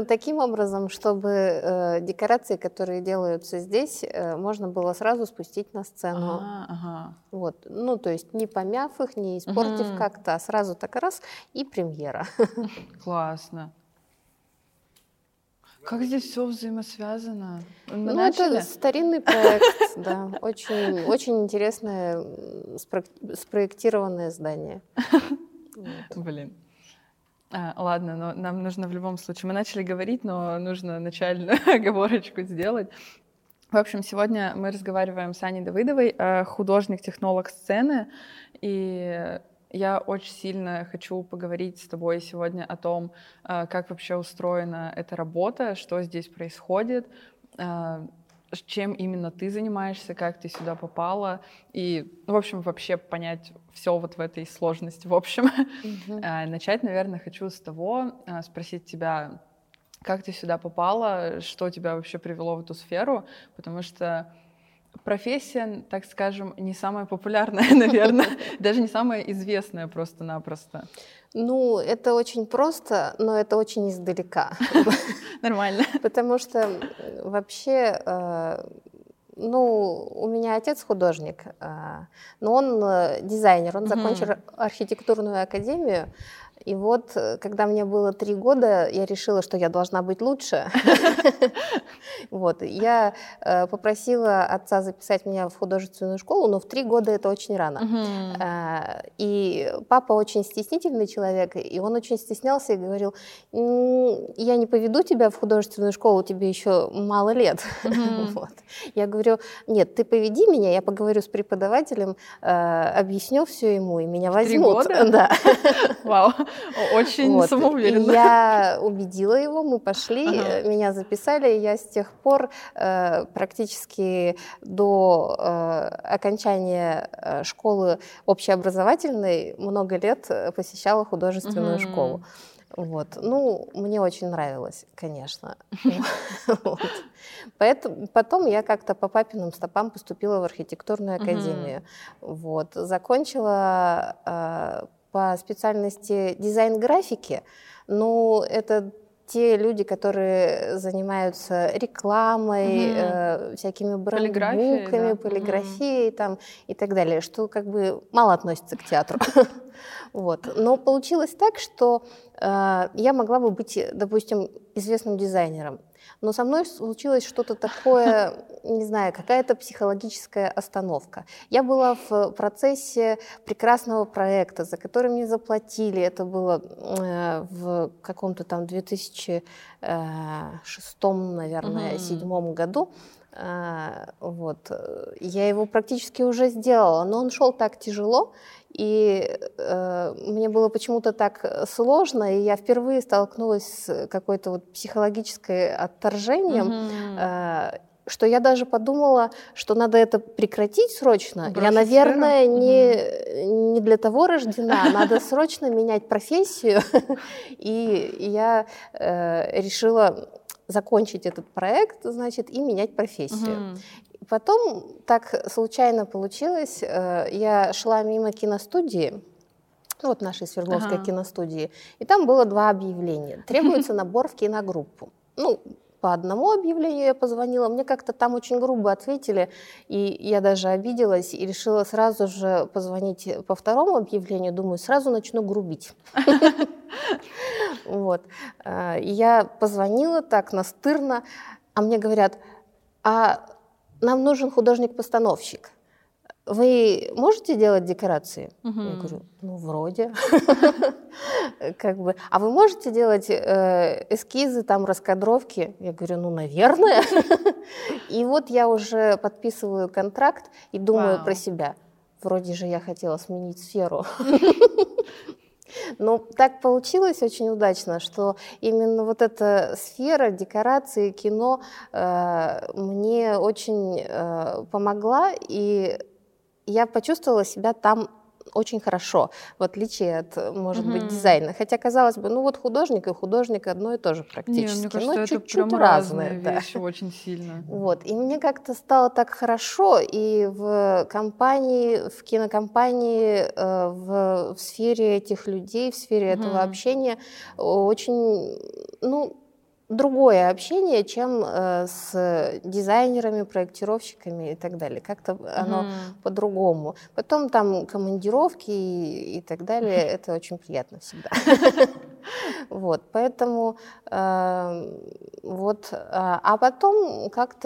устроено таким образом, чтобы декорации, которые делаются здесь, можно было сразу спустить на сцену. Ага. Вот. Ну, то есть не помяв их, не испортив как-то, а сразу так раз и премьера. Классно. Как здесь все взаимосвязано? Мы Ну, начали? это старинный проект, да. Очень, очень интересное спроектированное здание. Вот. Блин. Ладно, но нам нужно в любом случае... Мы начали говорить, но нужно начальную оговорочку сделать. В общем, сегодня мы разговариваем с Аней Давыдовой, художник-технолог сцены, и я очень сильно хочу поговорить с тобой сегодня о том, как вообще устроена эта работа, что здесь происходит, чем именно ты занимаешься, как ты сюда попала, и, в общем, вообще понять все вот в этой сложности. В общем, начать, наверное, хочу с того, спросить тебя, как ты сюда попала, что тебя вообще привело в эту сферу, потому что профессия, так скажем, не самая популярная, наверное, даже не самая известная просто-напросто. Ну, это очень просто, но это очень издалека. Нормально. Потому что вообще, ну, у меня отец художник, но он дизайнер, он закончил архитектурную академию. И вот, когда мне было 3 года, я решила, что я должна быть лучше. Вот. Я попросила отца записать меня в художественную школу, но в 3 года это очень рано. И папа очень стеснительный человек, и он очень стеснялся и говорил: я не поведу тебя в художественную школу, тебе еще мало лет. Вот. Я говорю: нет, ты поведи меня, я поговорю с преподавателем, объясню все ему, и меня возьмут. 3 года? Да. Вау, очень Вот. самоуверенно. И я убедила его, мы пошли, меня записали, и я с тех пор практически до окончания школы общеобразовательной много лет посещала художественную школу. Вот. Ну, мне очень нравилось, конечно. Вот. Поэтому потом я как-то по папиным стопам поступила в архитектурную академию. Вот. Закончила по специальности дизайн графики. Ну, это те люди, которые занимаются рекламой, всякими брендбуками, полиграфией там, и так далее, что как бы мало относится к театру. Вот. Но получилось так, что я могла бы быть, допустим, известным дизайнером. Но со мной случилось что-то такое, не знаю, какая-то психологическая остановка. Я была в процессе прекрасного проекта, за который мне заплатили. Это было в каком-то там 2006, наверное, 2007 году. Вот. Я его практически уже сделала, но он шел так тяжело, и мне было почему-то так сложно, и я впервые столкнулась с какой-то вот психологической отторжением, что я даже подумала, что надо это прекратить срочно. Бросить я, наверное, не для того рождена, надо срочно менять профессию. И я решила закончить этот проект, значит, и менять профессию. Потом так случайно получилось, я шла мимо киностудии, вот нашей Свердловской киностудии, и там было 2 объявления. Требуется набор в киногруппу. Ну, по одному объявлению я позвонила, мне как-то там очень грубо ответили, и я даже обиделась и решила сразу же позвонить по 2-му объявлению, думаю, сразу начну грубить. Вот. Я позвонила так настырно, а мне говорят: а нам нужен художник-постановщик. Вы можете делать декорации? Я говорю: ну, вроде. Как бы, а вы можете делать эскизы, там, раскадровки? Я говорю: ну, наверное. И вот я уже подписываю контракт и думаю про себя: вроде же я хотела сменить сферу. Но так получилось очень удачно, что именно вот эта сфера декорации, кино мне очень помогла, и я почувствовала себя там очень хорошо, в отличие от, может быть, дизайна. Хотя, казалось бы, ну вот художник и художник одно и то же практически. Не, мне кажется, но это чуть-чуть прям разные вещи, очень сильно. Вот. И мне как-то стало так хорошо и в компании, в кинокомпании, в сфере этих людей, в сфере этого общения очень, ну, другое общение, чем с дизайнерами, проектировщиками и так далее. Как-то оно по-другому. Потом там командировки и так далее. Это очень приятно всегда. Вот, поэтому вот. А потом как-то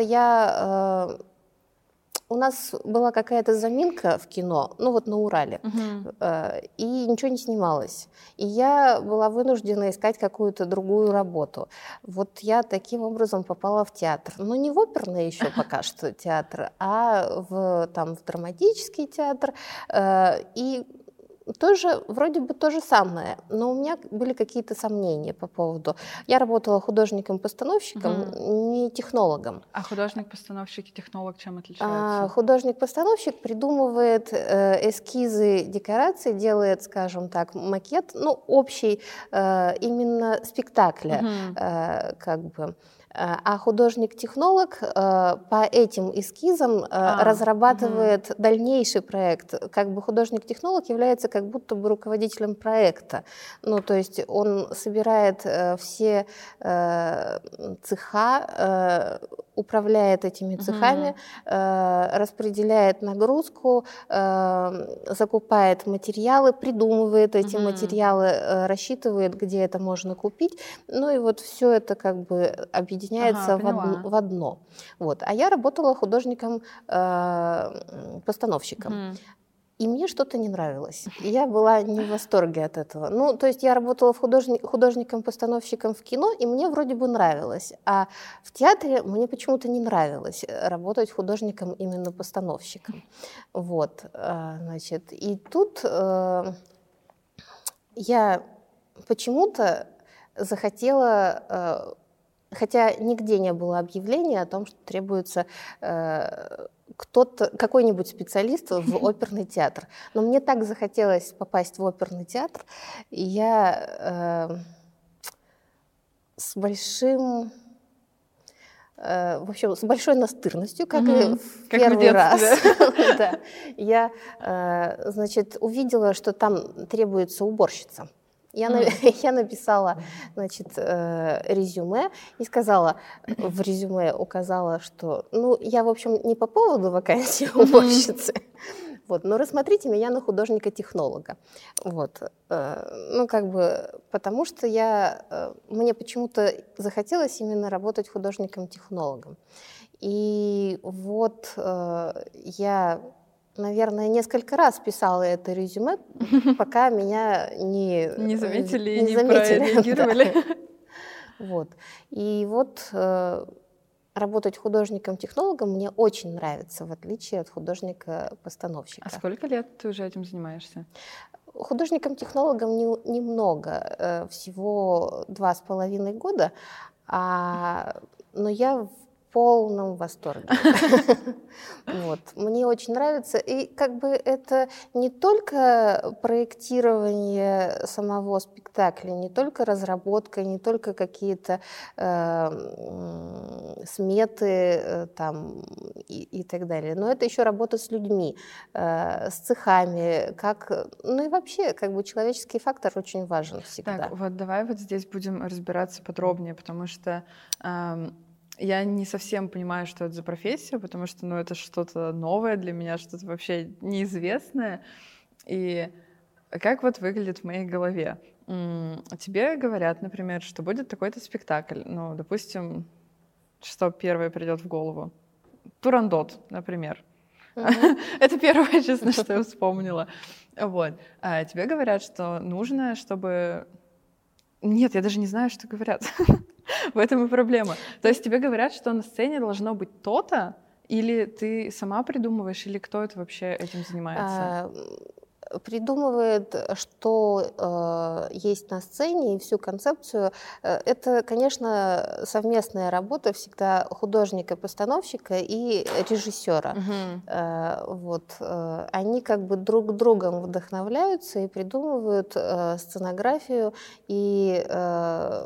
у нас была какая-то заминка в кино, ну вот на Урале, и ничего не снималось. И я была вынуждена искать какую-то другую работу. Вот я таким образом попала в театр. Ну не в оперный еще пока что театр, а в драматический театр. И тоже вроде бы то же самое, но у меня были какие-то сомнения по поводу. Я работала художником-постановщиком, не технологом. А художник-постановщик и технолог чем отличаются? Художник-постановщик придумывает эскизы декораций, делает, скажем так, макет, ну, общий именно спектакля, как бы. А художник-технолог по этим эскизам разрабатывает дальнейший проект. Как бы художник-технолог является как будто бы руководителем проекта. Ну, то есть он собирает все цеха, управляет этими цехами, распределяет нагрузку, закупает материалы, придумывает эти материалы, рассчитывает, где это можно купить. Ну и вот все это как бы объединяется в одно. Вот. А я работала художником-постановщиком. И мне что-то не нравилось. Я была не в восторге от этого. Ну, то есть я работала художником-постановщиком в кино, и мне вроде бы нравилось. А в театре мне почему-то не нравилось работать художником именно постановщиком. Вот, значит. И тут я почему-то захотела... Хотя нигде не было объявления о том, что требуется какой-нибудь специалист в оперный театр. Но мне так захотелось попасть в оперный театр, и я с большой настырностью, как и в первый раз, я, значит, увидела, что там требуется уборщица. Я написала, значит, резюме и сказала, в резюме указала, что, ну, я, в общем, не по поводу вакансии уборщицы, вот, но рассмотрите меня на художника-технолога. Вот, ну, как бы, потому что мне почему-то захотелось именно работать художником-технологом. И вот я... Наверное, несколько раз писала это резюме, пока меня не заметили и не прореагировали. Вот. И вот работать художником-технологом мне очень нравится, в отличие от художника-постановщика. А сколько лет ты уже этим занимаешься? Художником-технологом немного, всего 2,5 года, но я в полном восторге. Вот. Мне очень нравится. И как бы это не только проектирование самого спектакля, не только разработка, не только какие-то сметы там, и так далее, но это еще работа с людьми, с цехами, ну и вообще как бы человеческий фактор очень важен всегда. Так, вот давай вот здесь будем разбираться подробнее, потому что я не совсем понимаю, что это за профессия, потому что, ну, это что-то новое для меня, что-то вообще неизвестное. И как вот выглядит в моей голове? Тебе говорят, например, что будет такой-то спектакль. Ну, допустим, что первое придет в голову? Турандот, например. Это первое, честно, что я вспомнила. Вот. А тебе говорят, что нужно, чтобы... Нет, я даже не знаю, что говорят. В этом и проблема. То есть тебе говорят, что на сцене должно быть то-то, или ты сама придумываешь, или кто это вообще этим занимается? Придумывает, что есть на сцене, и всю концепцию. Это, конечно, совместная работа всегда художника-постановщика и режиссера. Вот. Они как бы друг другом вдохновляются и придумывают сценографию и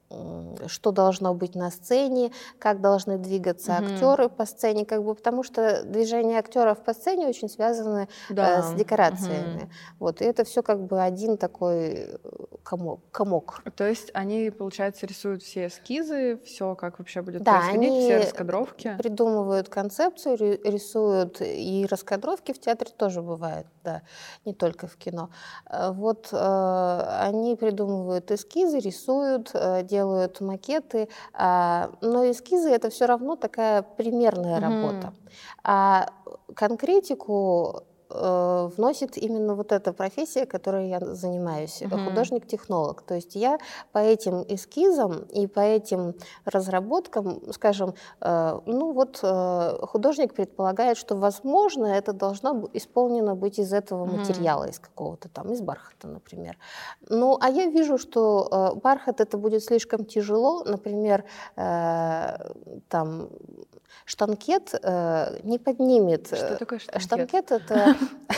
что должно быть на сцене, как должны двигаться актеры по сцене, как бы, потому что движения актеров по сцене очень связаны с декорациями. Вот, и это все как бы один такой комок. То есть они, получается, рисуют все эскизы, все, как вообще будет происходить, все раскадровки? Они придумывают концепцию, рисуют, и раскадровки в театре тоже бывают, да, не только в кино. Вот они придумывают эскизы, рисуют, делают макеты, но эскизы — это все равно такая примерная работа. А конкретику вносит именно вот эта профессия, которой я занимаюсь, художник-технолог. То есть я по этим эскизам и по этим разработкам, скажем, художник предполагает, что, возможно, это должно исполнено быть из этого материала, из какого-то там, из бархата, например. Ну, а я вижу, что бархат — это будет слишком тяжело, например, там штанкет не поднимет. Что такое штанкет? Штанкет — это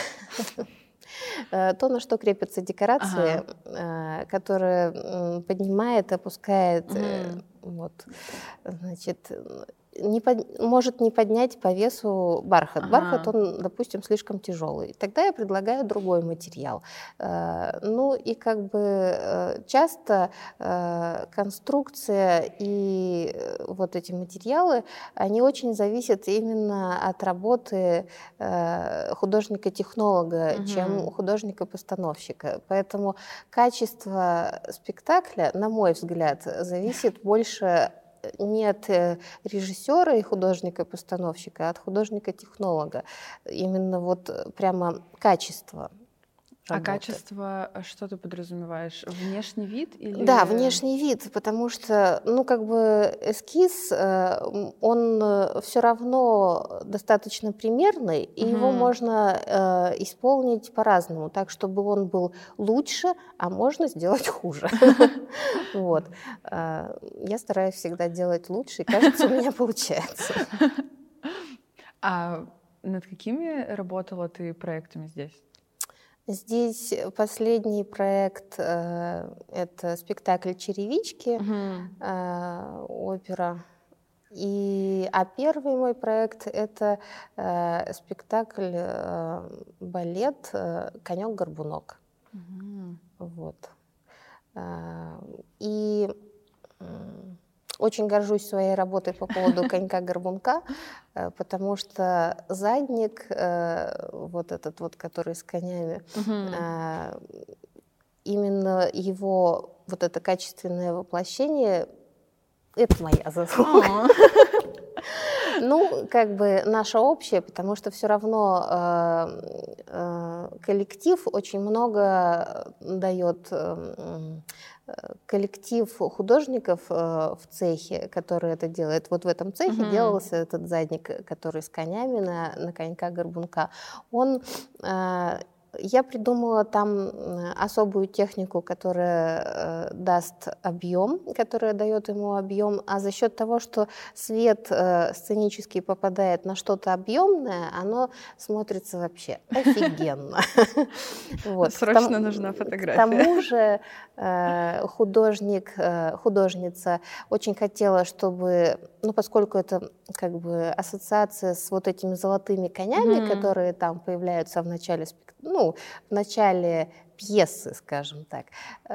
то, на что крепятся декорации, которое поднимает, опускает, значит, может не поднять по весу бархат. Бархат, он, допустим, слишком тяжелый. Тогда я предлагаю другой материал. Ну и как бы часто конструкция и вот эти материалы, они очень зависят именно от работы художника-технолога, чем художника-постановщика. Поэтому качество спектакля, на мой взгляд, зависит больше не от режиссера и художника-постановщика, а от художника-технолога. Именно вот прямо качество работы. А качество, что ты подразумеваешь? Внешний вид или... Да, внешний вид, потому что, ну, как бы эскиз, он все равно достаточно примерный, и его можно исполнить по-разному, так, чтобы он был лучше, а можно сделать хуже. Вот. Я стараюсь всегда делать лучше, и, кажется, у меня получается. А над какими работала ты проектами здесь? Здесь последний проект — это спектакль «Черевички», опера. А первый мой проект — это спектакль, балет «Конек-горбунок». Вот. И очень горжусь своей работой по поводу конька-горбунка, потому что задник, вот этот вот, который с конями, именно его вот это качественное воплощение — это моя заслуга. Ну, как бы наша общая, потому что все равно коллектив очень много дает, коллектив художников в цехе, который это делает. Вот в этом цехе делался этот задник, который с конями на конька-горбунка. Я придумала там особую технику, которая даст объем, которая дает ему объем, а за счет того, что свет сценический попадает на что-то объемное, оно смотрится вообще офигенно. Срочно нужна фотография. К тому же художница очень хотела, чтобы, ну, поскольку это как бы ассоциация с вот этими золотыми конями, которые там появляются в начале спектакля, ну, в начале пьесы, скажем так,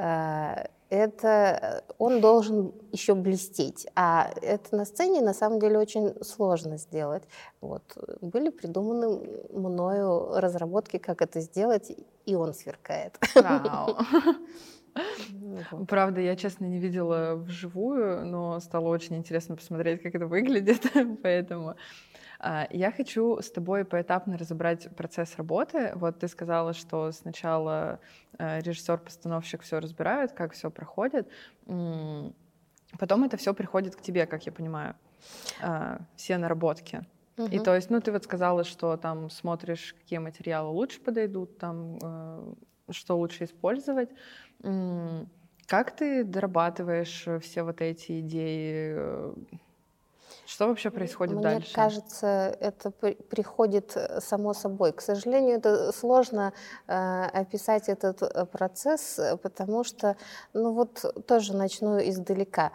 это он должен еще блестеть. А это на сцене на самом деле очень сложно сделать. Вот. Были придуманы мною разработки, как это сделать, и он сверкает. Вау. Правда, я, честно, не видела вживую, но стало очень интересно посмотреть, как это выглядит, поэтому... Я хочу с тобой поэтапно разобрать процесс работы. Вот ты сказала, что сначала режиссер-постановщик все разбирают, как все проходит. Потом это все приходит к тебе, как я понимаю, все наработки. И то есть, ну, ты вот сказала, что там смотришь, какие материалы лучше подойдут, там, что лучше использовать. Как ты дорабатываешь все вот эти идеи? Что вообще происходит дальше? Мне кажется, это приходит само собой. К сожалению, это сложно описать этот процесс, потому что, ну вот тоже начну издалека,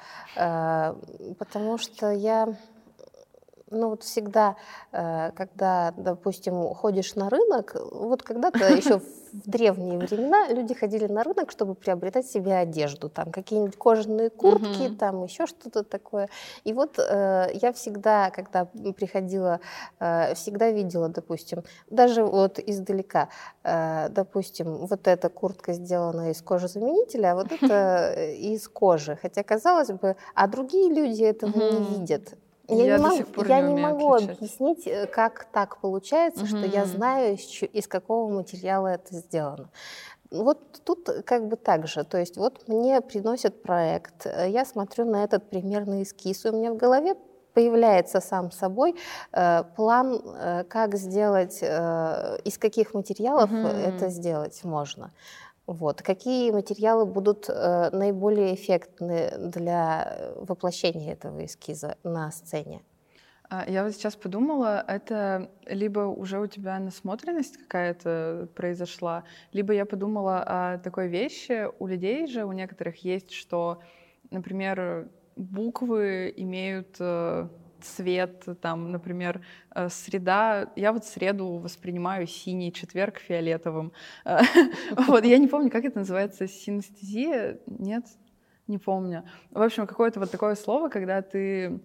потому что я... Ну вот всегда, когда, допустим, ходишь на рынок, вот когда-то еще в древние времена люди ходили на рынок, чтобы приобретать себе одежду, там какие-нибудь кожаные куртки, там еще что-то такое. И вот я всегда, когда приходила, всегда видела, допустим, даже вот издалека, допустим, вот эта куртка сделана из кожезаменителя, а вот это из кожи. Хотя, казалось бы, а другие люди этого не видят. Я не могу объяснить, как так получается, что я знаю, из какого материала это сделано. Вот тут как бы так же. То есть вот мне приносят проект, я смотрю на этот примерный эскиз, и у меня в голове появляется сам собой план, как сделать, из каких материалов это сделать можно. Вот. Какие материалы будут наиболее эффектны для воплощения этого эскиза на сцене? Я вот сейчас подумала, это либо уже у тебя насмотренность какая-то произошла, либо я подумала о такой вещи. У людей же, у некоторых есть, что, например, буквы имеют цвет, там, например, среда. Я вот среду воспринимаю синий, четверг фиолетовым. Вот, я не помню, как это называется, синестезия? Нет? Не помню. В общем, какое-то вот такое слово, когда ты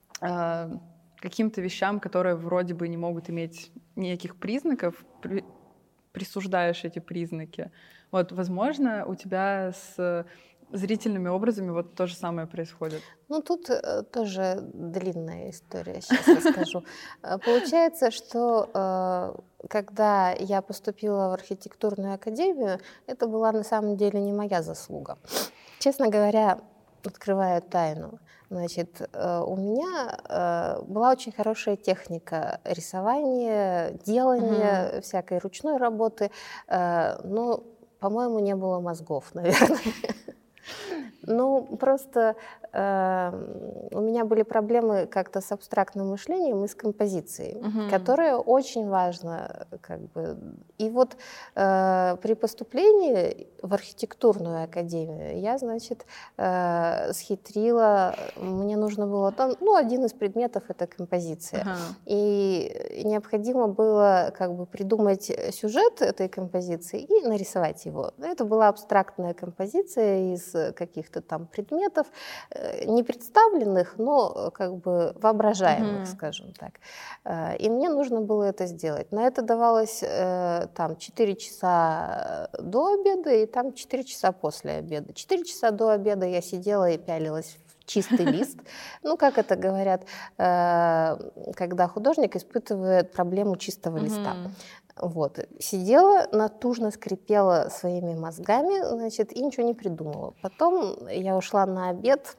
каким-то вещам, которые вроде бы не могут иметь никаких признаков, присуждаешь эти признаки. Вот, возможно, у тебя с зрительными образами вот то же самое происходит. Ну, тут тоже длинная история, сейчас расскажу. Получается, что когда я поступила в архитектурную академию, это была на самом деле не моя заслуга. Честно говоря, открываю тайну. Значит, у меня была очень хорошая техника рисования, делания всякой ручной работы, но, по-моему, не было мозгов, наверное. Ну, просто у меня были проблемы как-то с абстрактным мышлением и с композицией, которая очень важна, как бы. И вот при поступлении в архитектурную академию я, значит, схитрила, мне нужно было там, ну, один из предметов — это композиция. И необходимо было как бы придумать сюжет этой композиции и нарисовать его. Это была абстрактная композиция из каких-то там предметов, не представленных, но как бы воображаемых, скажем так. И мне нужно было это сделать. На это давалось там 4 часа до обеда и там 4 часа после обеда. 4 часа до обеда я сидела и пялилась в чистый лист. Ну, как это говорят, когда художник испытывает проблему чистого листа. Вот. Сидела, натужно скрипела своими мозгами, значит, и ничего не придумала. Потом я ушла на обед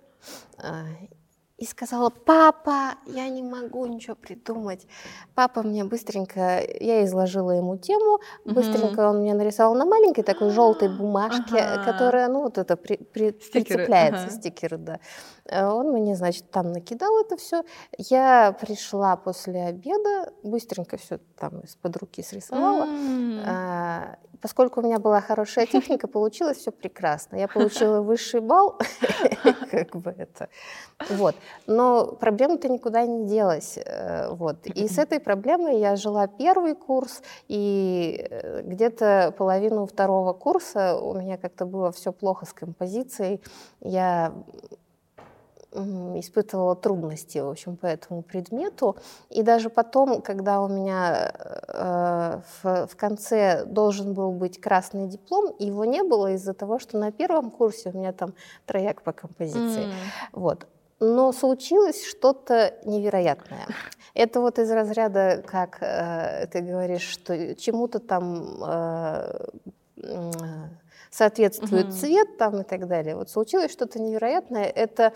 и сказала: папа, я не могу ничего придумать. Папа мне быстренько, я изложила ему тему, быстренько он мне нарисовал на маленькой такой желтой бумажке, которая, ну, вот это прицепляется, стикеры, да. Он мне, значит, там накидал это все. Я пришла после обеда, быстренько все там из-под руки срисовала. Поскольку у меня была хорошая техника, получилось все прекрасно. Я получила высший балл, как бы это. Вот. Но проблема-то никуда не делась. Вот. И с этой проблемой я жила первый курс, и где-то половину второго курса у меня как-то было все плохо с композицией. Я испытывала трудности, в общем, по этому предмету. И даже потом, когда у меня в конце должен был быть красный диплом, его не было из-за того, что на первом курсе у меня там трояк по композиции. Вот. Но случилось что-то невероятное. Это вот из разряда, как ты говоришь, что чему-то там соответствует цвет там и так далее. Вот случилось что-то невероятное. Это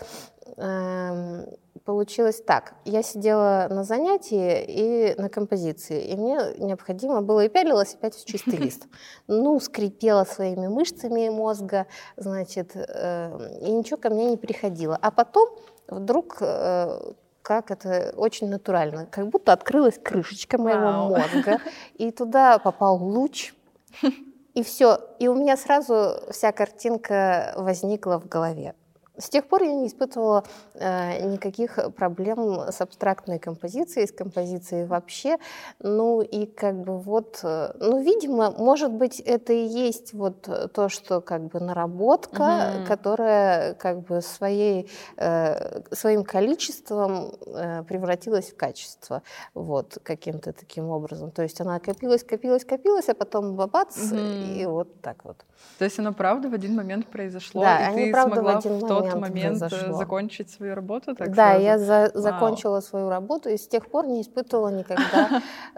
получилось так. Я сидела на занятии и на композиции, и мне необходимо было, и пялилась опять в чистый лист. Ну, скрипела своими мышцами мозга, значит, и ничего ко мне не приходило. А потом вдруг как это очень натурально. Как будто открылась крышечка моего мозга, и туда попал луч, и все. И у меня сразу вся картинка возникла в голове. С тех пор я не испытывала никаких проблем с абстрактной композицией, с композицией вообще. Ну и как бы вот, ну, видимо, может быть, это и есть вот то, что как бы наработка, которая как бы своим количеством превратилась в качество, вот, каким-то таким образом. То есть она копилась, а потом бабац, и вот так вот. То есть оно правда в один момент произошло, да, и ты смогла в тот момент закончить свою работу? Так да, сразу? Я закончила свою работу и с тех пор не испытывала никогда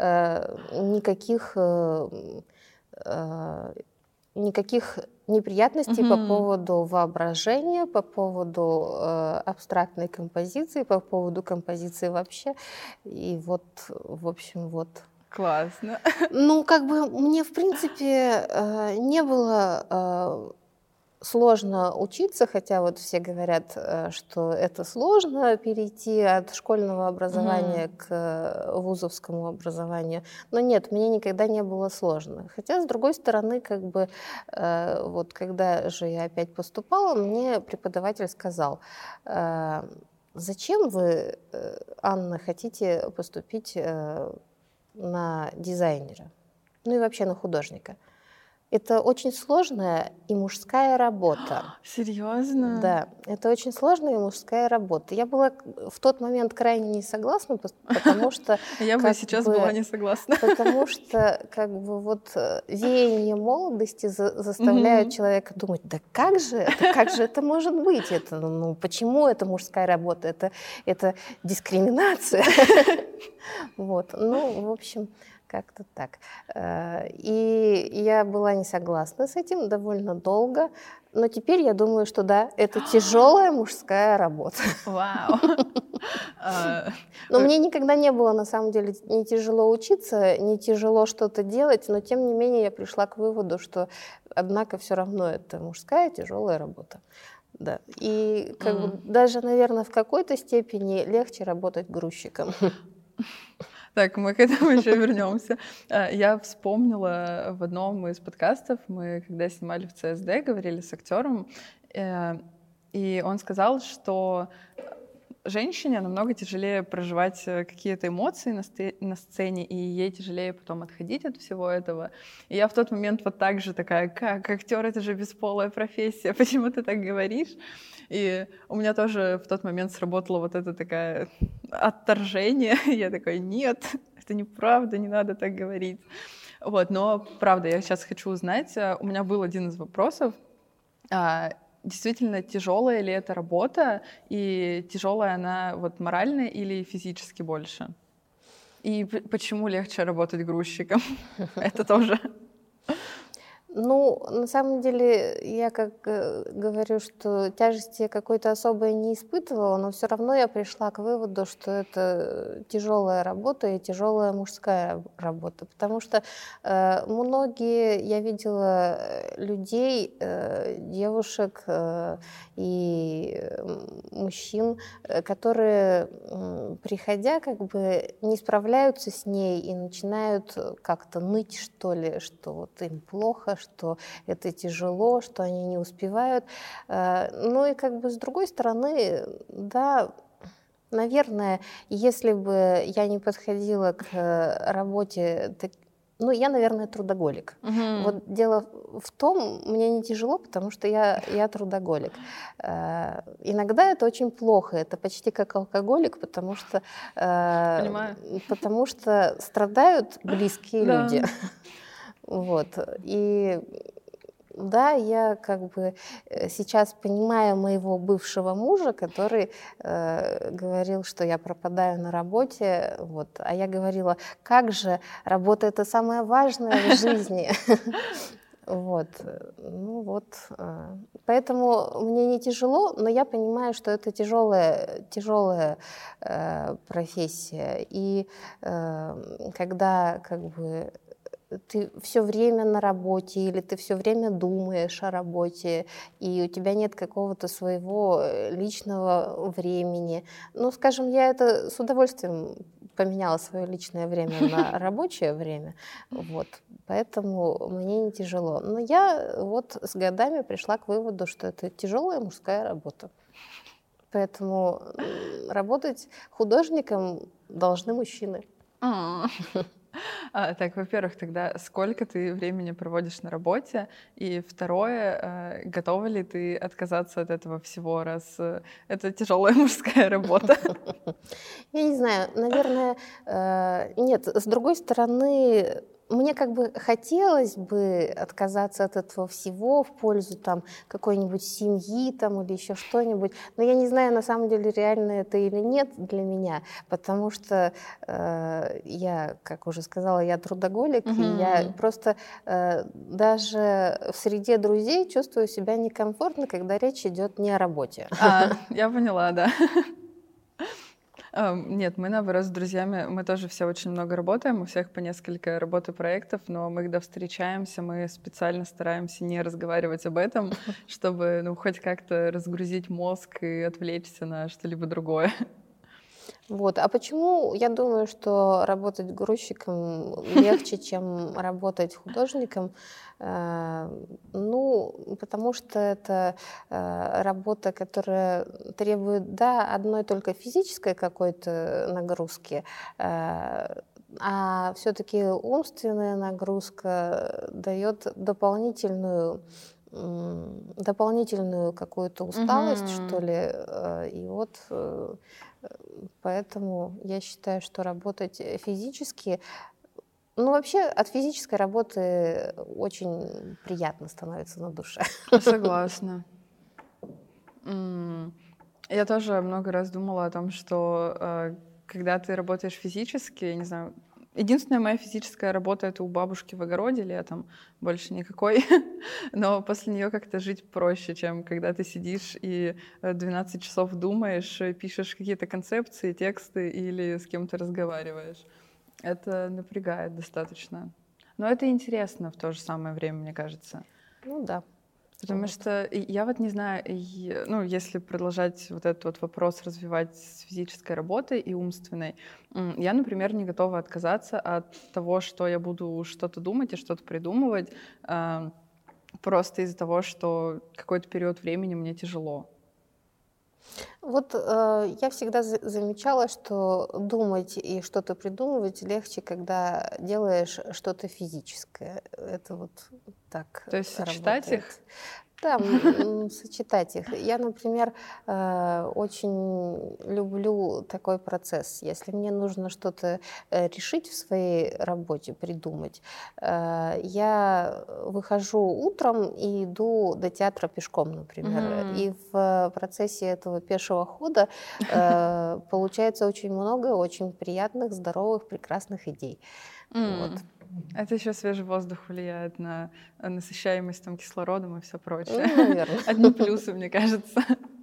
никаких неприятностей по поводу воображения, по поводу абстрактной композиции, по поводу композиции вообще. И вот, в общем, вот. Классно. Ну, как бы мне, в принципе, не было сложно учиться, хотя вот все говорят, что это сложно перейти от школьного образования к вузовскому образованию. Но нет, мне никогда не было сложно. Хотя, с другой стороны, как бы вот когда же я опять поступала, мне преподаватель сказал: зачем вы, Анна, хотите поступить на дизайнера, ну и вообще на художника? Это очень сложная и мужская работа. Серьезно? Да, это очень сложная и мужская работа. Я была в тот момент крайне не согласна, потому что... Я бы сейчас была не согласна. Потому что как бы вот веяние молодости заставляет человека думать: да как же это может быть? Это, ну, почему это мужская работа? Это дискриминация. Вот, ну, в общем... Как-то так. И я была не согласна с этим довольно долго, но теперь я думаю, что да, это тяжелая мужская работа. Вау! Но мне никогда не было, на самом деле, не тяжело учиться, не тяжело что-то делать, но тем не менее я пришла к выводу, что, однако, все равно это мужская тяжелая работа. Да. И как бы даже, наверное, в какой-то степени легче работать грузчиком. Так, мы к этому еще вернемся. Я вспомнила в одном из подкастов, мы когда снимали в ЦСД, говорили с актером, и он сказал, что женщине намного тяжелее проживать какие-то эмоции на сцене, и ей тяжелее потом отходить от всего этого. И я в тот момент вот так же такая: как актер, это же бесполая профессия, почему ты так говоришь? И у меня тоже в тот момент сработало вот это такое отторжение. Я такая: нет, это неправда, не надо так говорить. Вот, но правда, я сейчас хочу узнать, у меня был один из вопросов. Действительно, тяжелая ли эта работа, и тяжелая она вот морально или физически больше? И почему легче работать грузчиком? Это тоже... Ну, на самом деле, я как говорю, что тяжести какой-то особой не испытывала, но все равно я пришла к выводу, что это тяжелая работа и тяжелая мужская работа, потому что многие, я видела людей, девушек и мужчин, которые, приходя, как бы не справляются с ней и начинают как-то ныть, что ли, что вот им плохо, что это тяжело, что они не успевают. Ну и как бы с другой стороны, да, наверное, если бы я не подходила к работе, ну, я, наверное, трудоголик. Вот дело в том, мне не тяжело, потому что я трудоголик. Иногда это очень плохо, это почти как алкоголик, потому что страдают близкие люди. Вот. И да, я как бы сейчас понимаю моего бывшего мужа, который говорил, что я пропадаю на работе, вот, а я говорила: как же, работа — это самое важное в жизни. Вот, ну вот, поэтому мне не тяжело, но я понимаю, что это тяжелая профессия, и когда как бы ты все время на работе или ты все время думаешь о работе, и у тебя нет какого-то своего личного времени. Ну, скажем, я это с удовольствием поменяла свое личное время на рабочее время, вот, поэтому мне не тяжело. Но я вот с годами пришла к выводу, что это тяжелая мужская работа. Поэтому работать художником должны мужчины. Так, во-первых, тогда сколько ты времени проводишь на работе? И второе, готова ли ты отказаться от этого всего, раз это тяжелая мужская работа? Я не знаю, наверное, нет. С другой стороны, мне как бы хотелось бы отказаться от этого всего в пользу там какой-нибудь семьи там или еще что-нибудь, но я не знаю, на самом деле, реально это или нет для меня, потому что я, как уже сказала, я трудоголик, и я просто даже в среде друзей чувствую себя некомфортно, когда речь идет не о работе. Я поняла, да. Нет, мы, наоборот, с друзьями, мы тоже все очень много работаем, у всех по несколько работ и проектов, но мы, когда встречаемся, мы специально стараемся не разговаривать об этом, чтобы, ну, хоть как-то разгрузить мозг и отвлечься на что-либо другое. Вот. А почему я думаю, что работать грузчиком легче, чем работать художником? Ну, потому что это работа, которая требует, да, одной только физической какой-то нагрузки, а все-таки умственная нагрузка дает дополнительную какую-то усталость, что ли. И вот поэтому я считаю, что работать физически, ну вообще от физической работы очень приятно становится на душе. Согласна. Я тоже много раз думала о том, что когда ты работаешь физически, не знаю, единственная моя физическая работа — это у бабушки в огороде летом, больше никакой. Но после нее как-то жить проще, чем когда ты сидишь и 12 часов думаешь, пишешь какие-то концепции, тексты или с кем-то разговариваешь. Это напрягает достаточно. Но это интересно в то же самое время, мне кажется. Ну да. Потому Вот. что я вот не знаю, ну, если продолжать вот этот вот вопрос развивать с физической работой и умственной, я, например, не готова отказаться от того, что я буду что-то думать и что-то придумывать, просто из-за того, что какой-то период времени мне тяжело. Вот я всегда замечала, что думать и что-то придумывать легче, когда делаешь что-то физическое. Это вот так То есть сочетать работает. их? Да, сочетать их. Я, например, очень люблю такой процесс. Если мне нужно что-то решить в своей работе, придумать, я выхожу утром и иду до театра пешком, например. И в процессе этого пешего хода получается очень много очень приятных, здоровых, прекрасных идей. Вот. Это еще свежий воздух влияет на насыщаемость там кислородом и все прочее. Ну, наверное. Одни плюсы, мне кажется.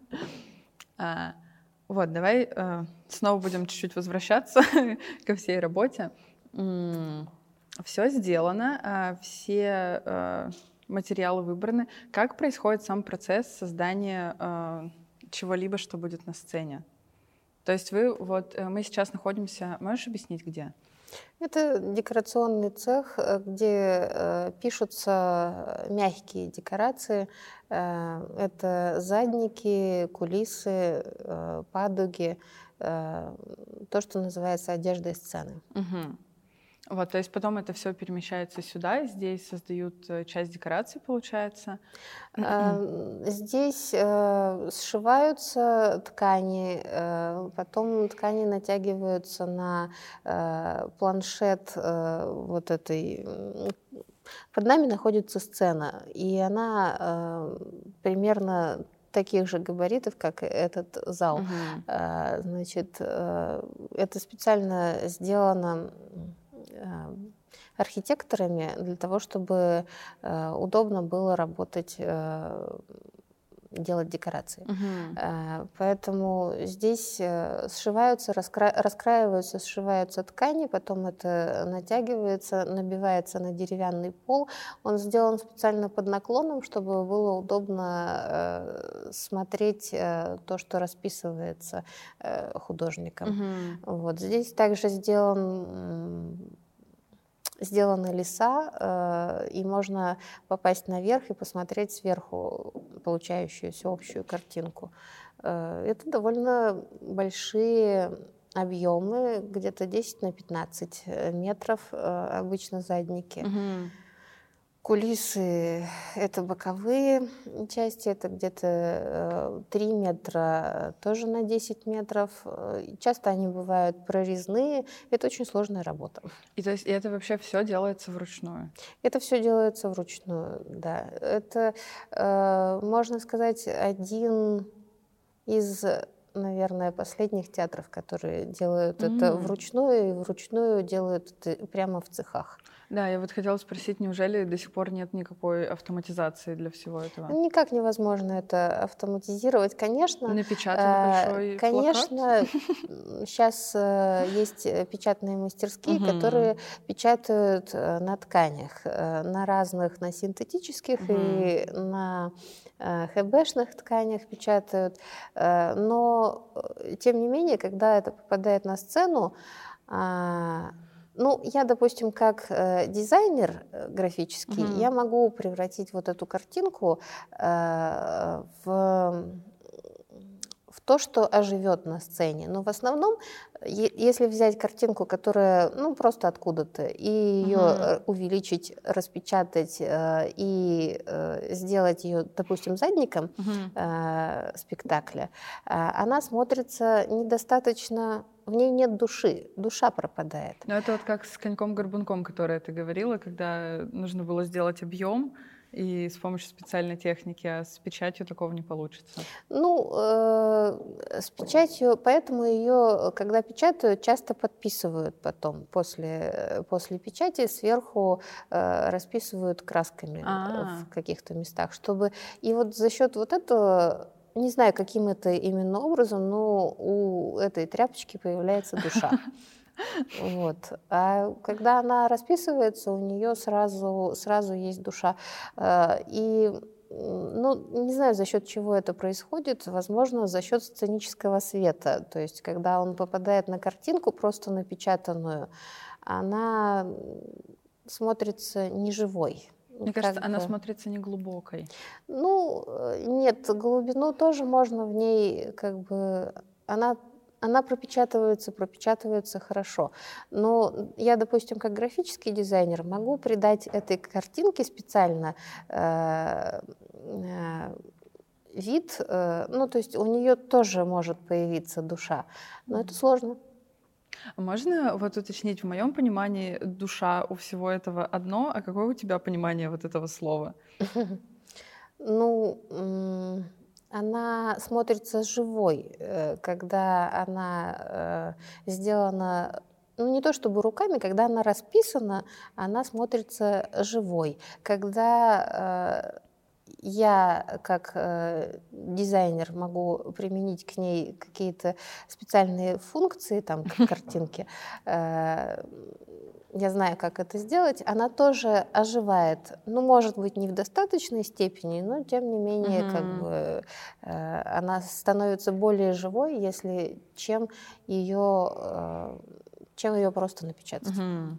Вот, давай снова будем чуть-чуть возвращаться ко всей работе. Все сделано, все материалы выбраны. Как происходит сам процесс создания чего-либо, что будет на сцене? То есть мы сейчас находимся, можешь объяснить, где? Это декорационный цех, где пишутся мягкие декорации. Это задники, кулисы, падуги, то, что называется одеждой сцены. Вот, то есть потом это все перемещается сюда, здесь создают часть декорации, получается. Здесь сшиваются ткани, потом ткани натягиваются на планшет вот этой. Под нами находится сцена, и она примерно таких же габаритов, как этот зал. Значит, это специально сделано архитекторами для того, чтобы удобно было работать делать декорации. Поэтому здесь раскраиваются, сшиваются ткани, потом это натягивается, набивается на деревянный пол. Он сделан специально под наклоном, чтобы было удобно смотреть то, что расписывается художником. Вот. Здесь также сделаны леса, и можно попасть наверх и посмотреть сверху получающуюся общую картинку. Это довольно большие объемы, где-то 10 на 15 метров, обычно задники. Кулисы — это боковые части, это где-то 3 метра, тоже на 10 метров. Часто они бывают прорезные. Это очень сложная работа. И то есть это вообще все делается вручную? Это все делается вручную, да. Это, можно сказать, один из, наверное, последних театров, которые делают это вручную, и вручную делают это прямо в цехах. Да, я вот хотела спросить, неужели до сих пор нет никакой автоматизации для всего этого? Никак невозможно это автоматизировать, конечно. Напечатали большой конечно, сейчас есть печатные мастерские, которые печатают на тканях, на разных, на синтетических и на ХБшных тканях печатают. Но, тем не менее, когда это попадает на сцену, я, допустим, как дизайнер графический, я могу превратить вот эту картинку в то, что оживет на сцене. Но в основном, если взять картинку, которая просто откуда-то, и ее увеличить, распечатать и сделать ее, допустим, задником спектакля, она смотрится недостаточно. В ней нет души, душа пропадает. Но это вот как с коньком-горбунком, которое ты говорила, когда нужно было сделать объем и с помощью специальной техники, а с печатью такого не получится. С печатью, поэтому ее, когда печатают, часто подписывают потом, после печати сверху расписывают красками в каких-то местах, чтобы... И вот за счет вот этого... Не знаю, каким это именно образом, но у этой тряпочки появляется душа. Вот. А когда она расписывается, у нее сразу есть душа. И не знаю, за счет чего это происходит. Возможно, за счет сценического света. То есть, когда он попадает на картинку, просто напечатанную, она смотрится неживой. Мне кажется, она смотрится неглубокой. Нет, глубину тоже можно в ней, она пропечатывается хорошо. Но я, допустим, как графический дизайнер могу придать этой картинке специально вид, то есть у нее тоже может появиться душа, но это сложно. Можно вот уточнить, в моем понимании душа у всего этого одно, а какое у тебя понимание вот этого слова? Она смотрится живой, когда она сделана, не то чтобы руками, когда она расписана, она смотрится живой. Когда я, как дизайнер, могу применить к ней какие-то специальные функции, там, к картинке, я знаю, как это сделать, она тоже оживает. Может быть, не в достаточной степени, но, тем не менее, она становится более живой, чем ее просто напечатать.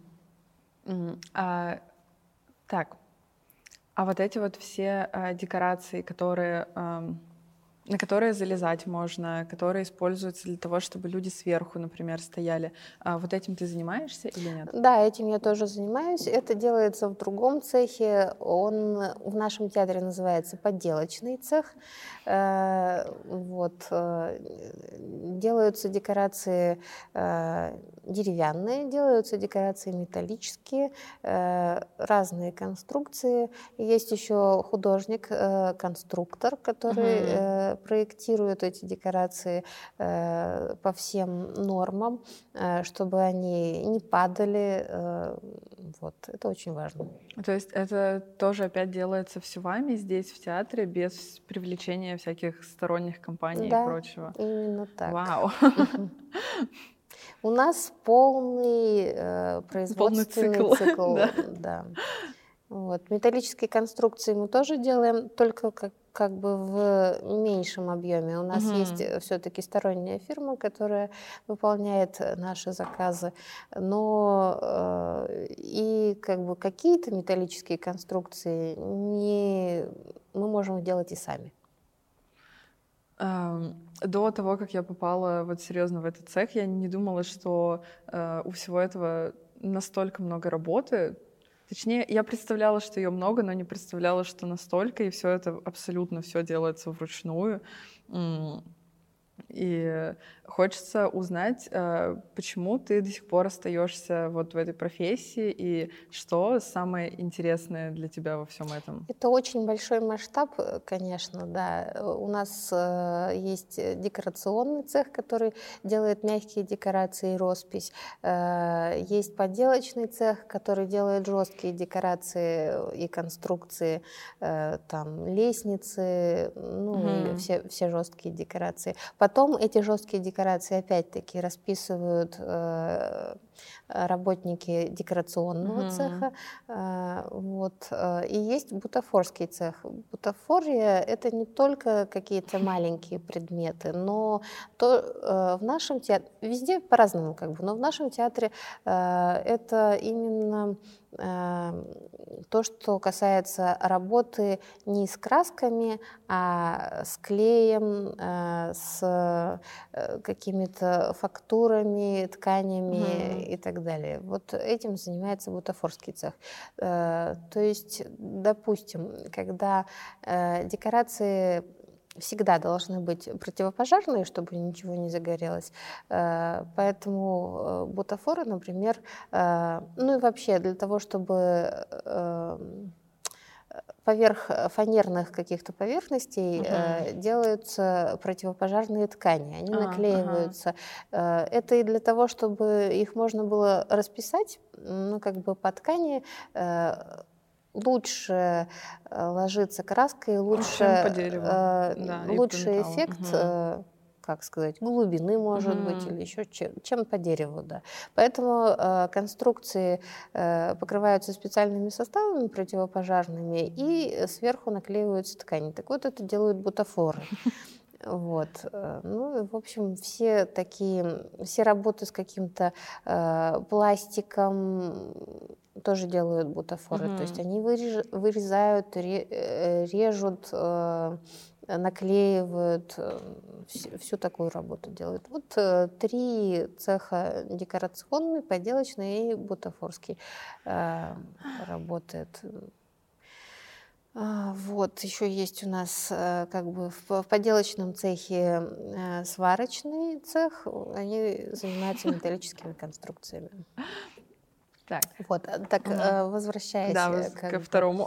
А вот эти вот все декорации, на которые залезать можно, которые используются для того, чтобы люди сверху, например, стояли. Вот этим ты занимаешься или нет? Да, этим я тоже занимаюсь. Это делается в другом цехе. Он в нашем театре называется подделочный цех. Делаются декорации деревянные, делаются декорации металлические, разные конструкции. Есть еще художник-конструктор, который проектируют эти декорации по всем нормам, чтобы они не падали. Вот, это очень важно. То есть это тоже опять делается все вами здесь, в театре, без привлечения всяких сторонних компаний и прочего? Да, именно так. Вау! У нас полный производственный цикл. Да. Вот. Металлические конструкции мы тоже делаем, только как бы в меньшем объеме. У нас есть все-таки сторонняя фирма, которая выполняет наши заказы, но и как бы какие-то металлические конструкции мы можем делать и сами. До того, как я попала вот серьезно в этот цех, я не думала, что у всего этого настолько много работы. Точнее, я представляла, что ее много, но не представляла, что настолько, и все это абсолютно все делается вручную. И хочется узнать, почему ты до сих пор остаешься вот в этой профессии, и что самое интересное для тебя во всем этом? Это очень большой масштаб, конечно, да. У нас есть декорационный цех, который делает мягкие декорации и роспись. Есть поделочный цех, который делает жесткие декорации и конструкции, там лестницы, и все жесткие декорации. Потом эти жесткие декорации опять-таки расписывают работники декорационного цеха. Вот. И есть бутафорский цех. Бутафория — это не только какие-то маленькие предметы, но в нашем театре, везде по-разному как бы, но в нашем театре это именно то, что касается работы не с красками, а с клеем, с какими-то фактурами, тканями и так далее. Вот этим занимается бутафорский цех. То есть, допустим, когда декорации всегда должны быть противопожарные, чтобы ничего не загорелось. Поэтому бутафоры, например, ну и вообще для того, чтобы поверх фанерных каких-то поверхностей делаются противопожарные ткани, они наклеиваются. Это и для того, чтобы их можно было расписать, ну как бы по ткани лучше ложится краска и лучше, по дереву. лучший эффект, как сказать, глубины, может быть, или еще чем по дереву, да. Поэтому конструкции покрываются специальными составами противопожарными и сверху наклеиваются ткани. Так вот, это делают бутафоры. Вот. Ну, в общем, все работы с каким-то пластиком тоже делают бутафоры. То есть они вырезают, режут, наклеивают, всю такую работу делают. Вот 3 цеха: декорационный, поделочный и бутафорский работает. Вот, еще есть у нас как бы в поделочном цехе сварочный цех, они занимаются металлическими конструкциями. Так. Вот, так возвращаясь ко второму.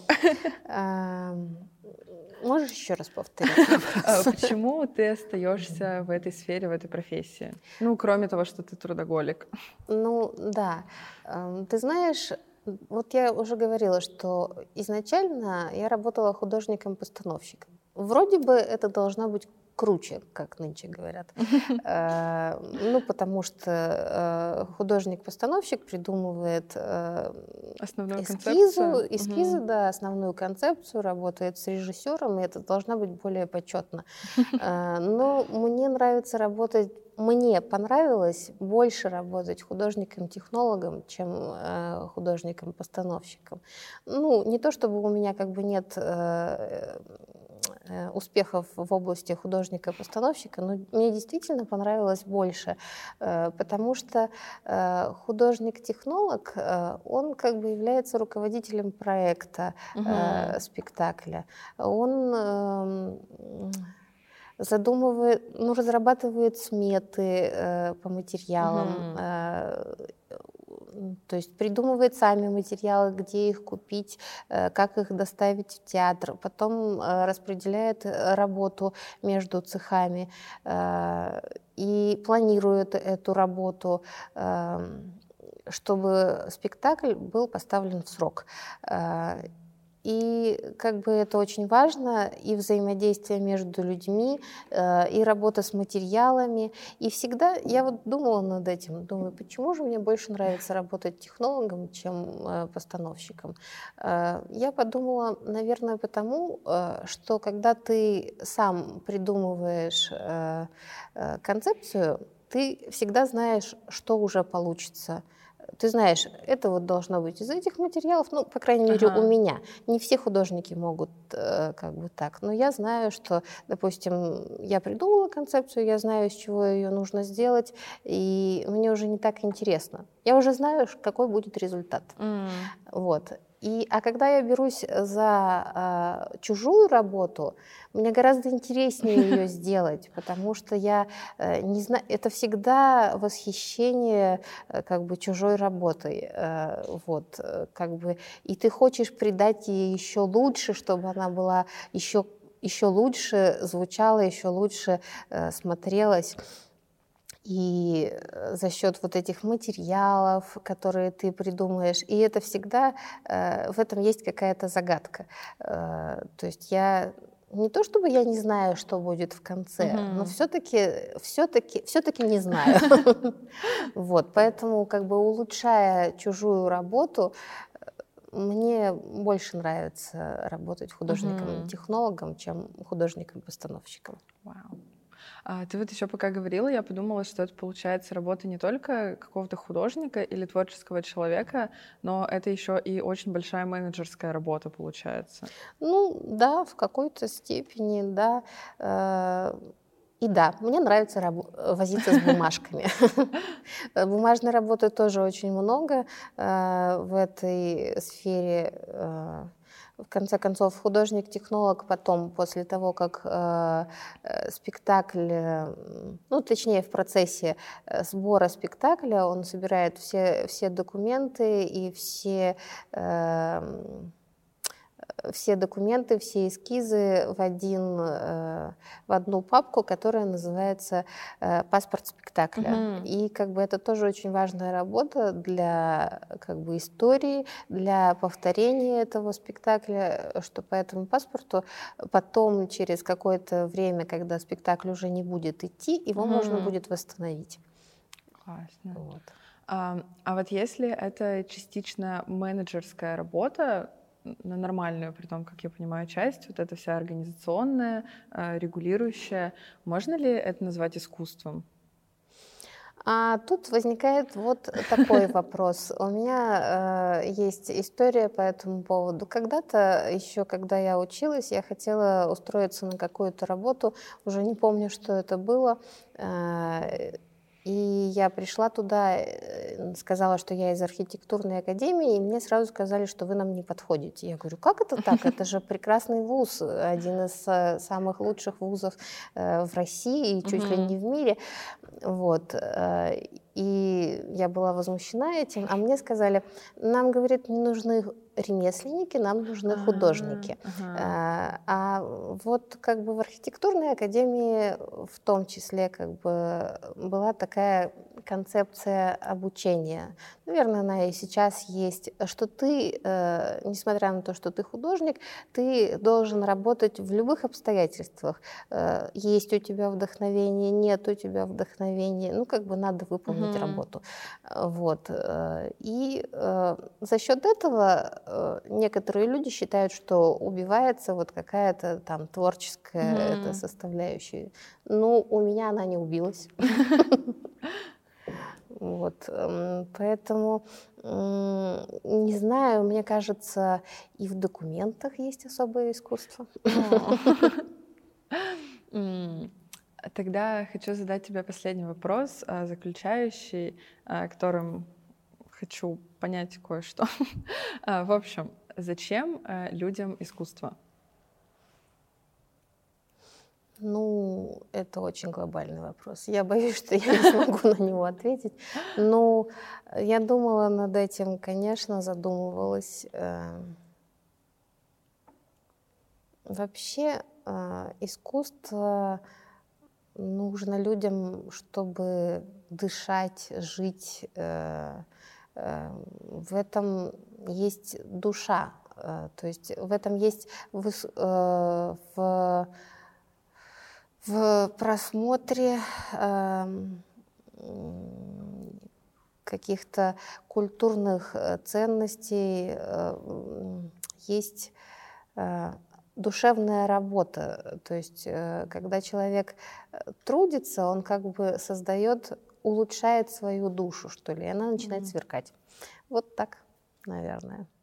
Можешь еще раз повторить вопрос? Почему ты остаешься в этой сфере, в этой профессии? Ну, кроме того, что ты трудоголик. Ну, да. Ты знаешь, вот я уже говорила, что изначально я работала художником-постановщиком. Вроде бы это должно быть круче, как нынче говорят. Ну, потому что художник-постановщик придумывает эскизы, да, основную концепцию, работает с режиссером, и это должно быть более почетно. Но мне понравилось больше работать художником-технологом, чем художником-постановщиком. Ну, не то чтобы у меня как бы нет успехов в области художника-постановщика, но мне действительно понравилось больше, потому что художник-технолог, он как бы является руководителем проекта спектакля. Он разрабатывает сметы по материалам, То есть придумывает сами материалы, где их купить, как их доставить в театр, потом распределяет работу между цехами и планирует эту работу, чтобы спектакль был поставлен в срок. И как бы это очень важно, и взаимодействие между людьми, и работа с материалами. И всегда я вот думала над этим, думаю, почему же мне больше нравится работать технологом, чем постановщиком. Я подумала, наверное, потому, что когда ты сам придумываешь концепцию, ты всегда знаешь, что уже получится. Ты знаешь, это вот должно быть из этих материалов, ну, по крайней мере, у меня. Не все художники могут как бы так, но я знаю, что, допустим, я придумала концепцию, я знаю, из чего ее нужно сделать, и мне уже не так интересно. Я уже знаю, какой будет результат. Вот. А когда я берусь за чужую работу, мне гораздо интереснее ее сделать, потому что я не знаю, это всегда восхищение как бы чужой работой, вот, как бы, и ты хочешь придать ей еще лучше, чтобы она была еще лучше звучала, еще лучше смотрелась. И за счет вот этих материалов, которые ты придумаешь, и это всегда, в этом есть какая-то загадка. То есть я не то чтобы я не знаю, что будет в конце, но все-таки не знаю. Вот, поэтому как бы улучшая чужую работу, мне больше нравится работать художником-технологом, чем художником-постановщиком. Вау. Ты вот еще пока говорила, я подумала, что это получается работа не только какого-то художника или творческого человека, но это еще и очень большая менеджерская работа получается. Ну да, в какой-то степени, да. И да, мне нравится возиться с бумажками. Бумажной работы тоже очень много в этой сфере. В конце концов, художник-технолог потом, после того, как спектакль, ну, точнее, в процессе сбора спектакля, он собирает все документы и все документы, все эскизы в одну папку, которая называется «Паспорт спектакля». И как бы это тоже очень важная работа для как бы истории, для повторения этого спектакля, что по этому паспорту потом через какое-то время, когда спектакль уже не будет идти, его можно будет восстановить. Классно. Вот. А вот если это частично менеджерская работа, на нормальную, при том, как я понимаю, часть, вот эта вся организационная, регулирующая, можно ли это назвать искусством? А тут возникает вот такой вопрос. У меня есть история по этому поводу. Когда-то, еще когда я училась, я хотела устроиться на какую-то работу, уже не помню, что это было. И я пришла туда, сказала, что я из архитектурной академии, и мне сразу сказали, что вы нам не подходите. Я говорю, как это так? Это же прекрасный вуз, один из самых лучших вузов в России и чуть ли не в мире. Вот. И я была возмущена этим, а мне сказали, нам, говорит, не нужны ремесленники, нам нужны художники. А вот как бы в архитектурной академии в том числе как бы была такая концепция обучения. Наверное, она и сейчас есть, что ты, несмотря на то, что ты художник, ты должен работать в любых обстоятельствах. Есть у тебя вдохновение, нет у тебя вдохновения, ну как бы надо выполнить работу. Вот. И за счет этого некоторые люди считают, что убивается вот какая-то там творческая эта составляющая. Ну, у меня она не убилась. Вот. Поэтому, не знаю, мне кажется, и в документах есть особое искусство. Тогда хочу задать тебе последний вопрос, заключающий, которым хочу понять кое-что. В общем, зачем людям искусство? Ну, это очень глобальный вопрос. Я боюсь, что я не смогу на него ответить. Но я думала над этим, конечно, задумывалась. Вообще искусство нужно людям, чтобы дышать, жить. В этом есть душа. То есть в этом есть в просмотре каких-то культурных ценностей есть душевная работа. То есть когда человек трудится, он как бы создает, улучшает свою душу, что ли, и она начинает сверкать. Вот так, наверное.